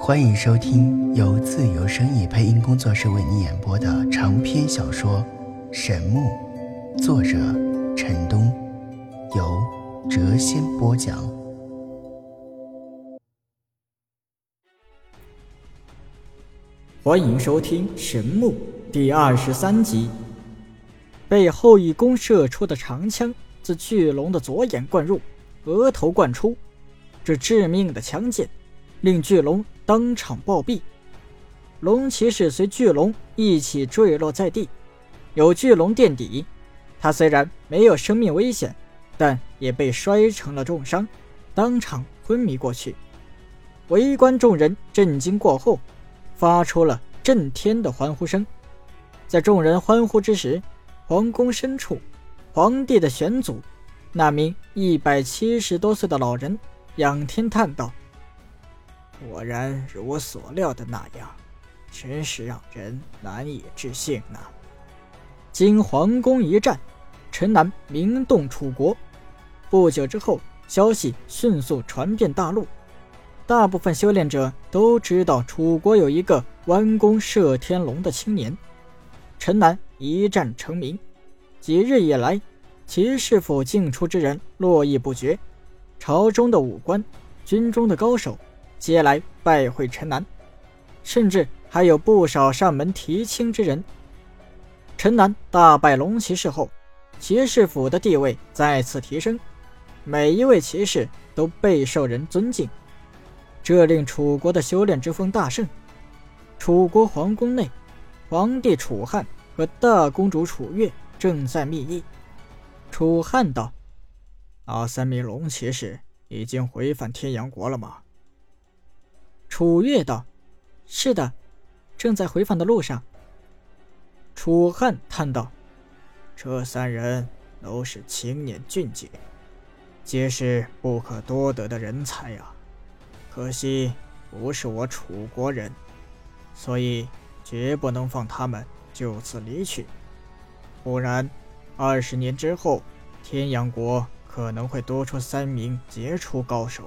欢迎收听由自由声意配音工作室为你演播的长篇小说《神木》，作者陈东，由谪仙播讲。 欢迎收听《神木》第23集。被后羿弓射出的长枪自巨龙的左眼贯入，额头贯出，这致命的枪箭令巨龙当场暴毙。龙骑士随巨龙一起坠落在地，有巨龙垫底，他虽然没有生命危险，但也被摔成了重伤，当场昏迷过去。围观众人震惊过后，发出了震天的欢呼声。在众人欢呼之时，皇宫深处，皇帝的玄祖，那名170多岁的老人仰天叹道：果然如我所料的那样，真是让人难以置信呢。经皇宫一战，陈南名动楚国，不久之后，消息迅速传遍大陆，大部分修炼者都知道楚国有一个弯弓射天龙的青年。陈南一战成名，几日以来，骑士府进出之人络绎不绝，朝中的武官、军中的高手皆来拜会陈南，甚至还有不少上门提亲之人。陈南大败龙骑士后，骑士府的地位再次提升，每一位骑士都备受人尊敬，这令楚国的修炼之风大盛。楚国皇宫内，皇帝楚汉和大公主楚月正在密议。楚汉道：那3名龙骑士已经回返天阳国了吗？楚月道：是的，正在回返的路上。楚汉叹道：这3人都是青年俊杰，皆是不可多得的人才啊，可惜不是我楚国人，所以绝不能放他们就此离去，不然20年之后，天阳国可能会多出3名杰出高手。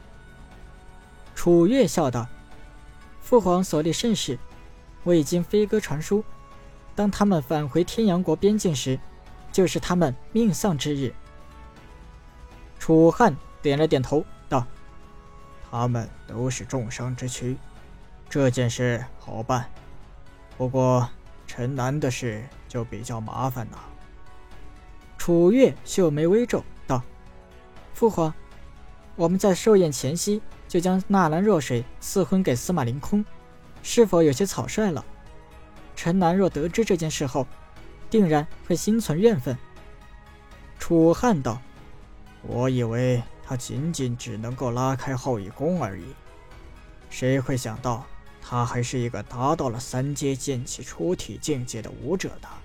楚月笑道：父皇所立甚是，我已经飞鸽传书，当他们返回天阳国边境时，就是他们命丧之日。楚汉点了点头道：他们都是重伤之躯，这件事好办，不过陈南的事就比较麻烦了。楚月秀眉微皱道：父皇，我们在寿宴前夕就将纳兰若水赐婚给司马凌空，是否有些草率了？陈南若得知这件事后，定然会心存怨愤。楚汉道：我以为他仅仅只能够拉开后羿弓而已，谁会想到他还是一个达到了3阶剑气出体境界的武者呢？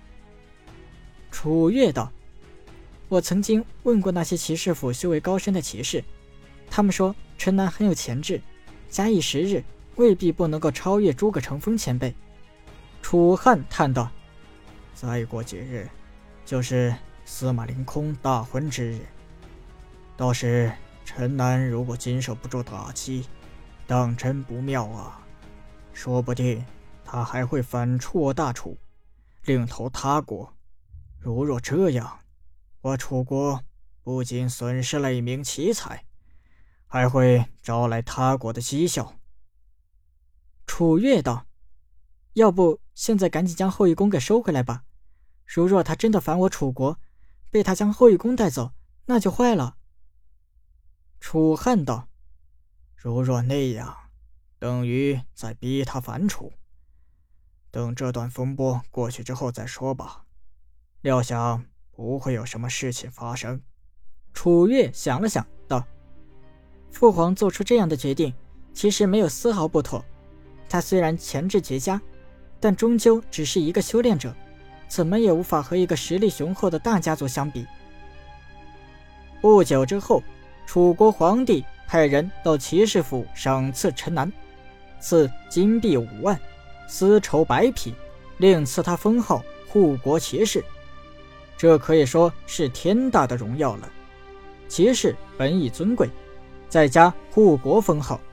楚月道：我曾经问过那些骑士府修为高深的骑士，他们说陈南很有潜质，假以时日，未必不能够超越诸葛成风前辈。楚汉叹道：再过几日，就是司马凌空大婚之日，到时陈南如果经受不住打击，当真不妙啊，说不定他还会反出我大楚，另投他国。如若这样，我楚国不仅损失了1名奇才，还会招来他国的讥笑。楚月道：要不现在赶紧将后羿弓给收回来吧，如若他真的反我楚国，被他将后羿弓带走，那就坏了。楚汉道：如若那样，等于在逼他反楚，等这段风波过去之后再说吧，料想不会有什么事情发生。楚月想了想道：父皇做出这样的决定，其实没有丝毫不妥。他虽然潜质绝佳，但终究只是一个修炼者，怎么也无法和一个实力雄厚的大家族相比。不久之后，楚国皇帝派人到骑士府赏赐陈南，赐金币5万，丝绸100匹，另赐他封号护国骑士。这可以说是天大的荣耀了。骑士本已尊贵，再加护国封号，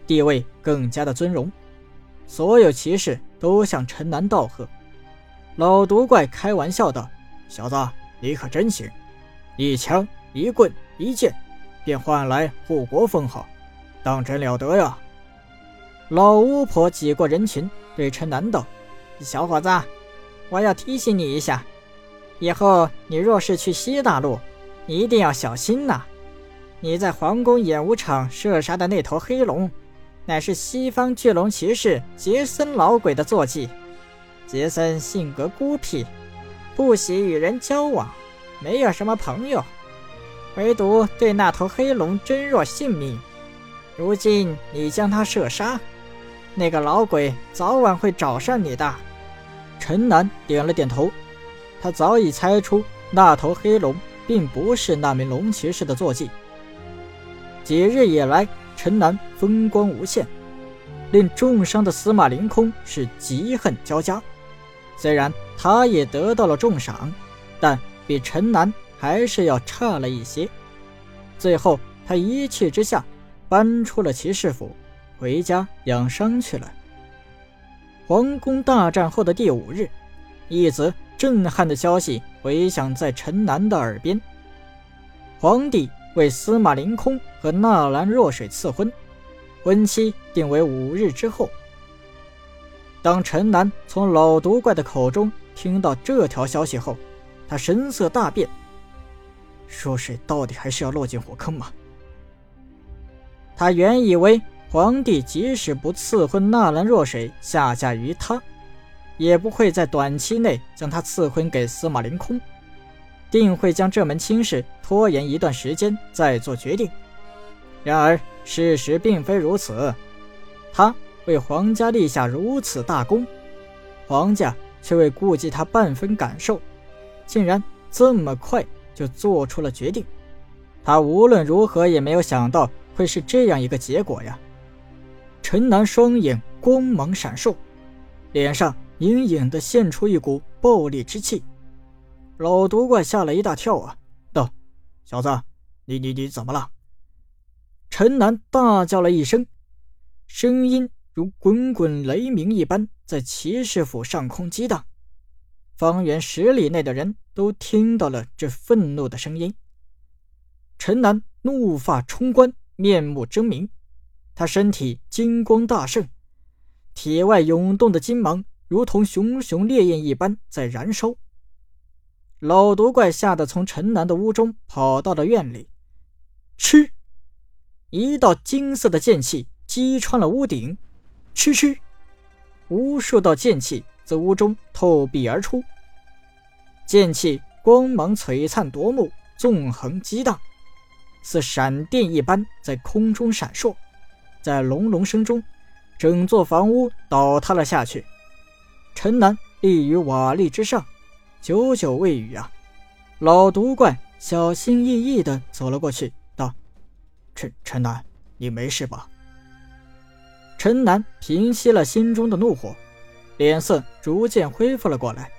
地位更加的尊荣。所有骑士都向陈南道贺。老毒怪开玩笑道：小子，你可真行，一枪一棍一剑便换来护国封号，当真了得呀。老巫婆挤过人群，对陈南道：小伙子，我要提醒你一下，以后你若是去西大陆，你一定要小心呐。你在皇宫演武场射杀的那头黑龙，乃是西方巨龙骑士杰森老鬼的坐骑。杰森性格孤僻，不喜与人交往，没有什么朋友，唯独对那头黑龙珍若性命。如今你将他射杀，那个老鬼早晚会找上你的。陈南点了点头，他早已猜出那头黑龙并不是那名龙骑士的坐骑。几日以来，陈南风光无限，令重伤的司马凌空是嫉恨交加。虽然他也得到了重赏，但比陈南还是要差了一些。最后他一气之下搬出了骑士府，回家养伤去了。皇宫大战后的第5日，一则震撼的消息回响在陈南的耳边：皇帝为司马凌空和纳兰若水赐婚，婚期定为5日之后。当陈南从老毒怪的口中听到这条消息后，他神色大变，若水到底还是要落进火坑吗？他原以为皇帝即使不赐婚纳兰若水下嫁于他，也不会在短期内将他赐婚给司马凌空，定会将这门亲事拖延一段时间再做决定。然而事实并非如此，他为皇家立下如此大功，皇家却未顾及他半分感受，竟然这么快就做出了决定。他无论如何也没有想到会是这样一个结果呀。陈南双眼光芒闪烁，脸上隐隐地现出一股暴戾之气。老毒怪吓了一大跳啊，道：小子，你怎么了？陈南大叫了一声，声音如滚滚雷鸣一般在骑士府上空激荡，方圆10里内的人都听到了这愤怒的声音。陈南怒发冲冠，面目狰狞，他身体金光大盛，体外涌动的金芒如同熊熊烈焰一般在燃烧。老毒怪吓得从陈南的屋中跑到了院里，嗤！一道金色的剑气击穿了屋顶，嗤嗤！无数道剑气自屋中透壁而出，剑气光芒璀璨夺目，纵横激荡，似闪电一般在空中闪烁。在隆隆声中，整座房屋倒塌了下去。陈南立于瓦砾之上，久久未语啊。老毒怪小心翼翼地走了过去，道：陈南，你没事吧？陈南平息了心中的怒火，脸色逐渐恢复了过来。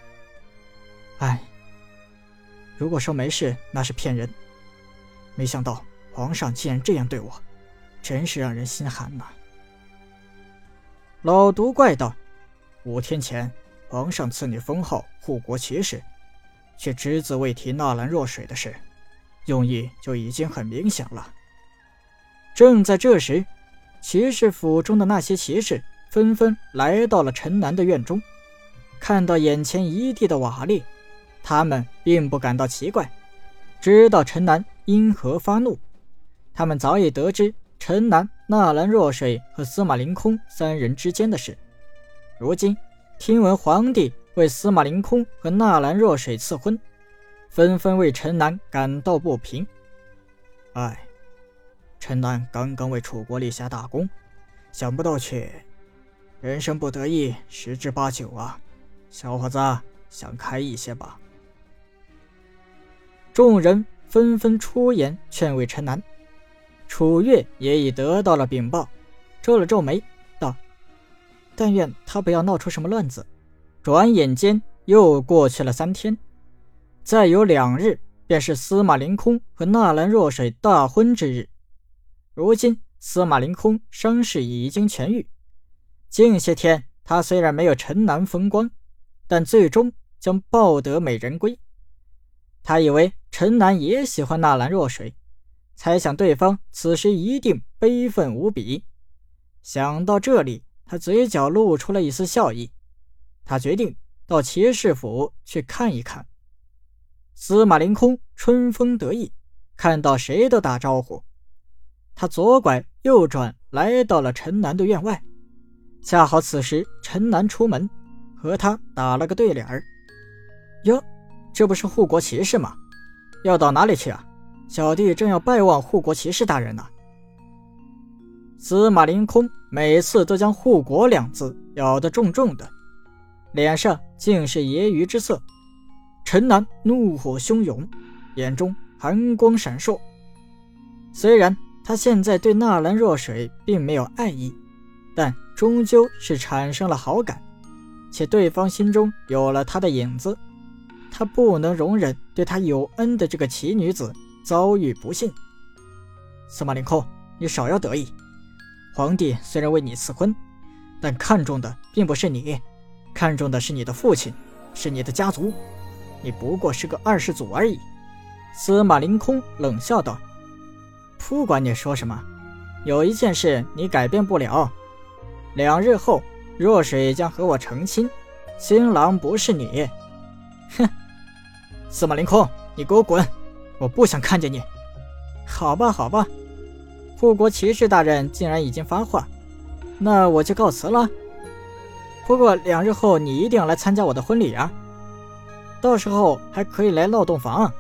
如果说没事，那是骗人，没想到皇上竟然这样对我，真是让人心寒呐。老毒怪道：5天前皇上赐你封号护国骑士，却只字未提纳兰若水的事，用意就已经很明显了。正在这时，骑士府中的那些骑士纷纷来到了陈南的院中，看到眼前一地的瓦砾，他们并不感到奇怪，知道陈南因何发怒。他们早已得知陈南、纳兰若水和司马凌空3人之间的事，如今听闻皇帝为司马凌空和纳兰若水赐婚，纷纷为陈南感到不平。陈南刚刚为楚国立下大功，想不到却人生不得意十之八九啊，小伙子，想开一些吧。众人纷纷出言劝慰陈南。楚月也已得到了禀报，皱了皱眉道：但愿他不要闹出什么乱子。转眼间又过去了3天，再有2日便是司马凌空和纳兰若水大婚之日。如今司马凌空伤势已经痊愈。近些天他虽然没有陈南风光，但最终将抱得美人归。他以为陈南也喜欢纳兰若水，猜想对方此时一定悲愤无比。想到这里，他嘴角露出了一丝笑意。他决定到骑士府去看一看。司马凌空春风得意，看到谁都打招呼。他左拐右转来到了陈南的院外，恰好此时陈南出门，和他打了个对脸儿。哟，这不是护国骑士吗？要到哪里去啊？小弟正要拜望护国骑士大人呢。司马凌空每次都将护国两字咬得重重的，脸上尽是揶揄之色。陈南怒火汹涌，眼中寒光闪烁。虽然他现在对纳兰若水并没有爱意，但终究是产生了好感，且对方心中有了他的影子，他不能容忍对他有恩的这个奇女子遭遇不幸。司马凌空，你少要得意，皇帝虽然为你赐婚，但看重的并不是你，看重的是你的父亲，是你的家族，你不过是个二世祖而已。司马凌空冷笑道，不管你说什么，有一件事你改变不了，2日后若水将和我成亲，新郎不是你。哼！司马凌空，你给我滚，我不想看见你。好吧好吧，护国骑士大人竟然已经发话，那我就告辞了。不过2日后你一定要来参加我的婚礼啊，到时候还可以来闹洞房。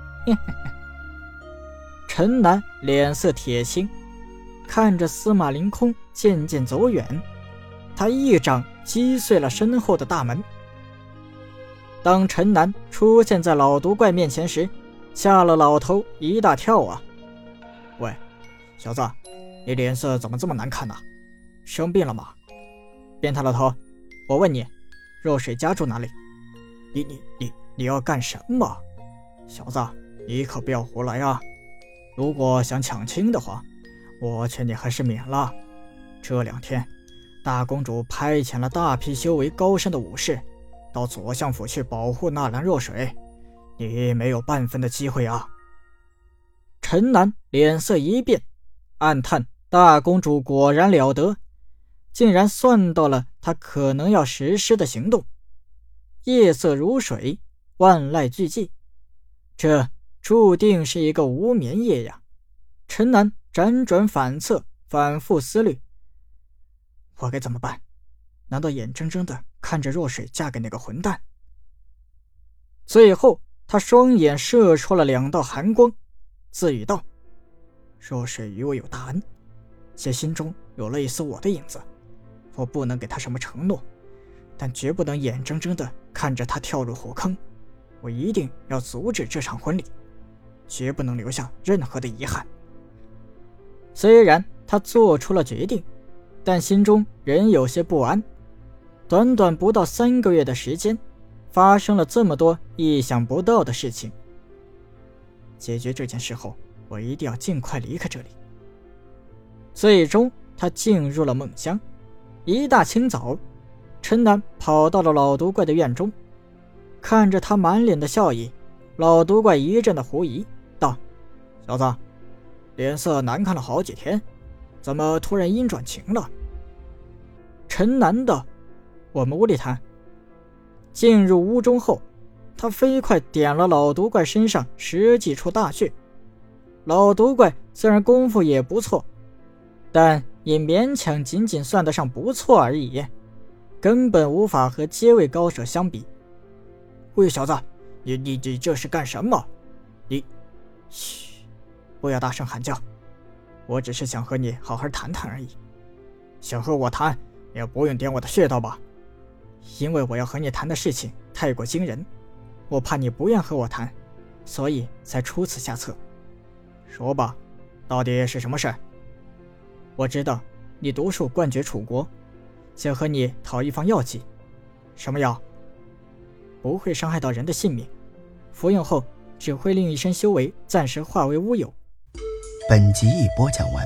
陈南脸色铁青，看着司马凌空渐渐走远，他一掌击碎了身后的大门。当陈南出现在老毒怪面前时，吓了老头一大跳啊！喂，小子，你脸色怎么这么难看呢？生病了吗？变态老头，我问你，若水家住哪里？你要干什么？小子，你可不要胡来啊！如果想抢亲的话，我劝你还是免了。这2天，大公主派遣了大批修为高深的武士到左相府去保护纳兰若水，你没有半分的机会啊！陈南脸色一变，暗叹大公主果然了得，竟然算到了他可能要实施的行动。夜色如水，万籁俱寂，这注定是一个无眠夜呀！陈南辗转反侧，反复思虑，我该怎么办？难道眼睁睁地看着若水嫁给那个混蛋？最后他双眼射出了2道寒光，自语道，若水与我有大恩，且心中有了一丝我的影子，我不能给他什么承诺，但绝不能眼睁睁地看着他跳入火坑。我一定要阻止这场婚礼，绝不能留下任何的遗憾。虽然他做出了决定，但心中仍有些不安。短短不到3个月的时间，发生了这么多意想不到的事情。解决这件事后，我一定要尽快离开这里。最终他进入了梦乡。一大清早，陈南跑到了老毒怪的院中，看着他满脸的笑意，老毒怪一阵的狐疑，道，小子，脸色难看了好几天，怎么突然阴转晴了？陈南道，我们屋里谈。进入屋中后，他飞快点了老毒怪身上10几处大穴。老毒怪虽然功夫也不错，但也勉强仅仅算得上不错而已，根本无法和阶位高手相比。喂，小子，你这是干什么？嘘，不要大声喊叫，我只是想和你好好谈谈而已。想和我谈，也不用点我的穴道吧？因为我要和你谈的事情太过惊人，我怕你不愿和我谈，所以才出此下策。说吧，到底是什么事？我知道你毒术冠绝楚国，想和你讨一方药剂。什么药？不会伤害到人的性命，服用后只会令一身修为暂时化为乌有。 本集已播讲完毕。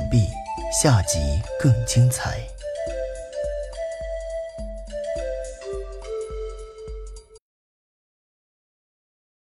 下集更精彩。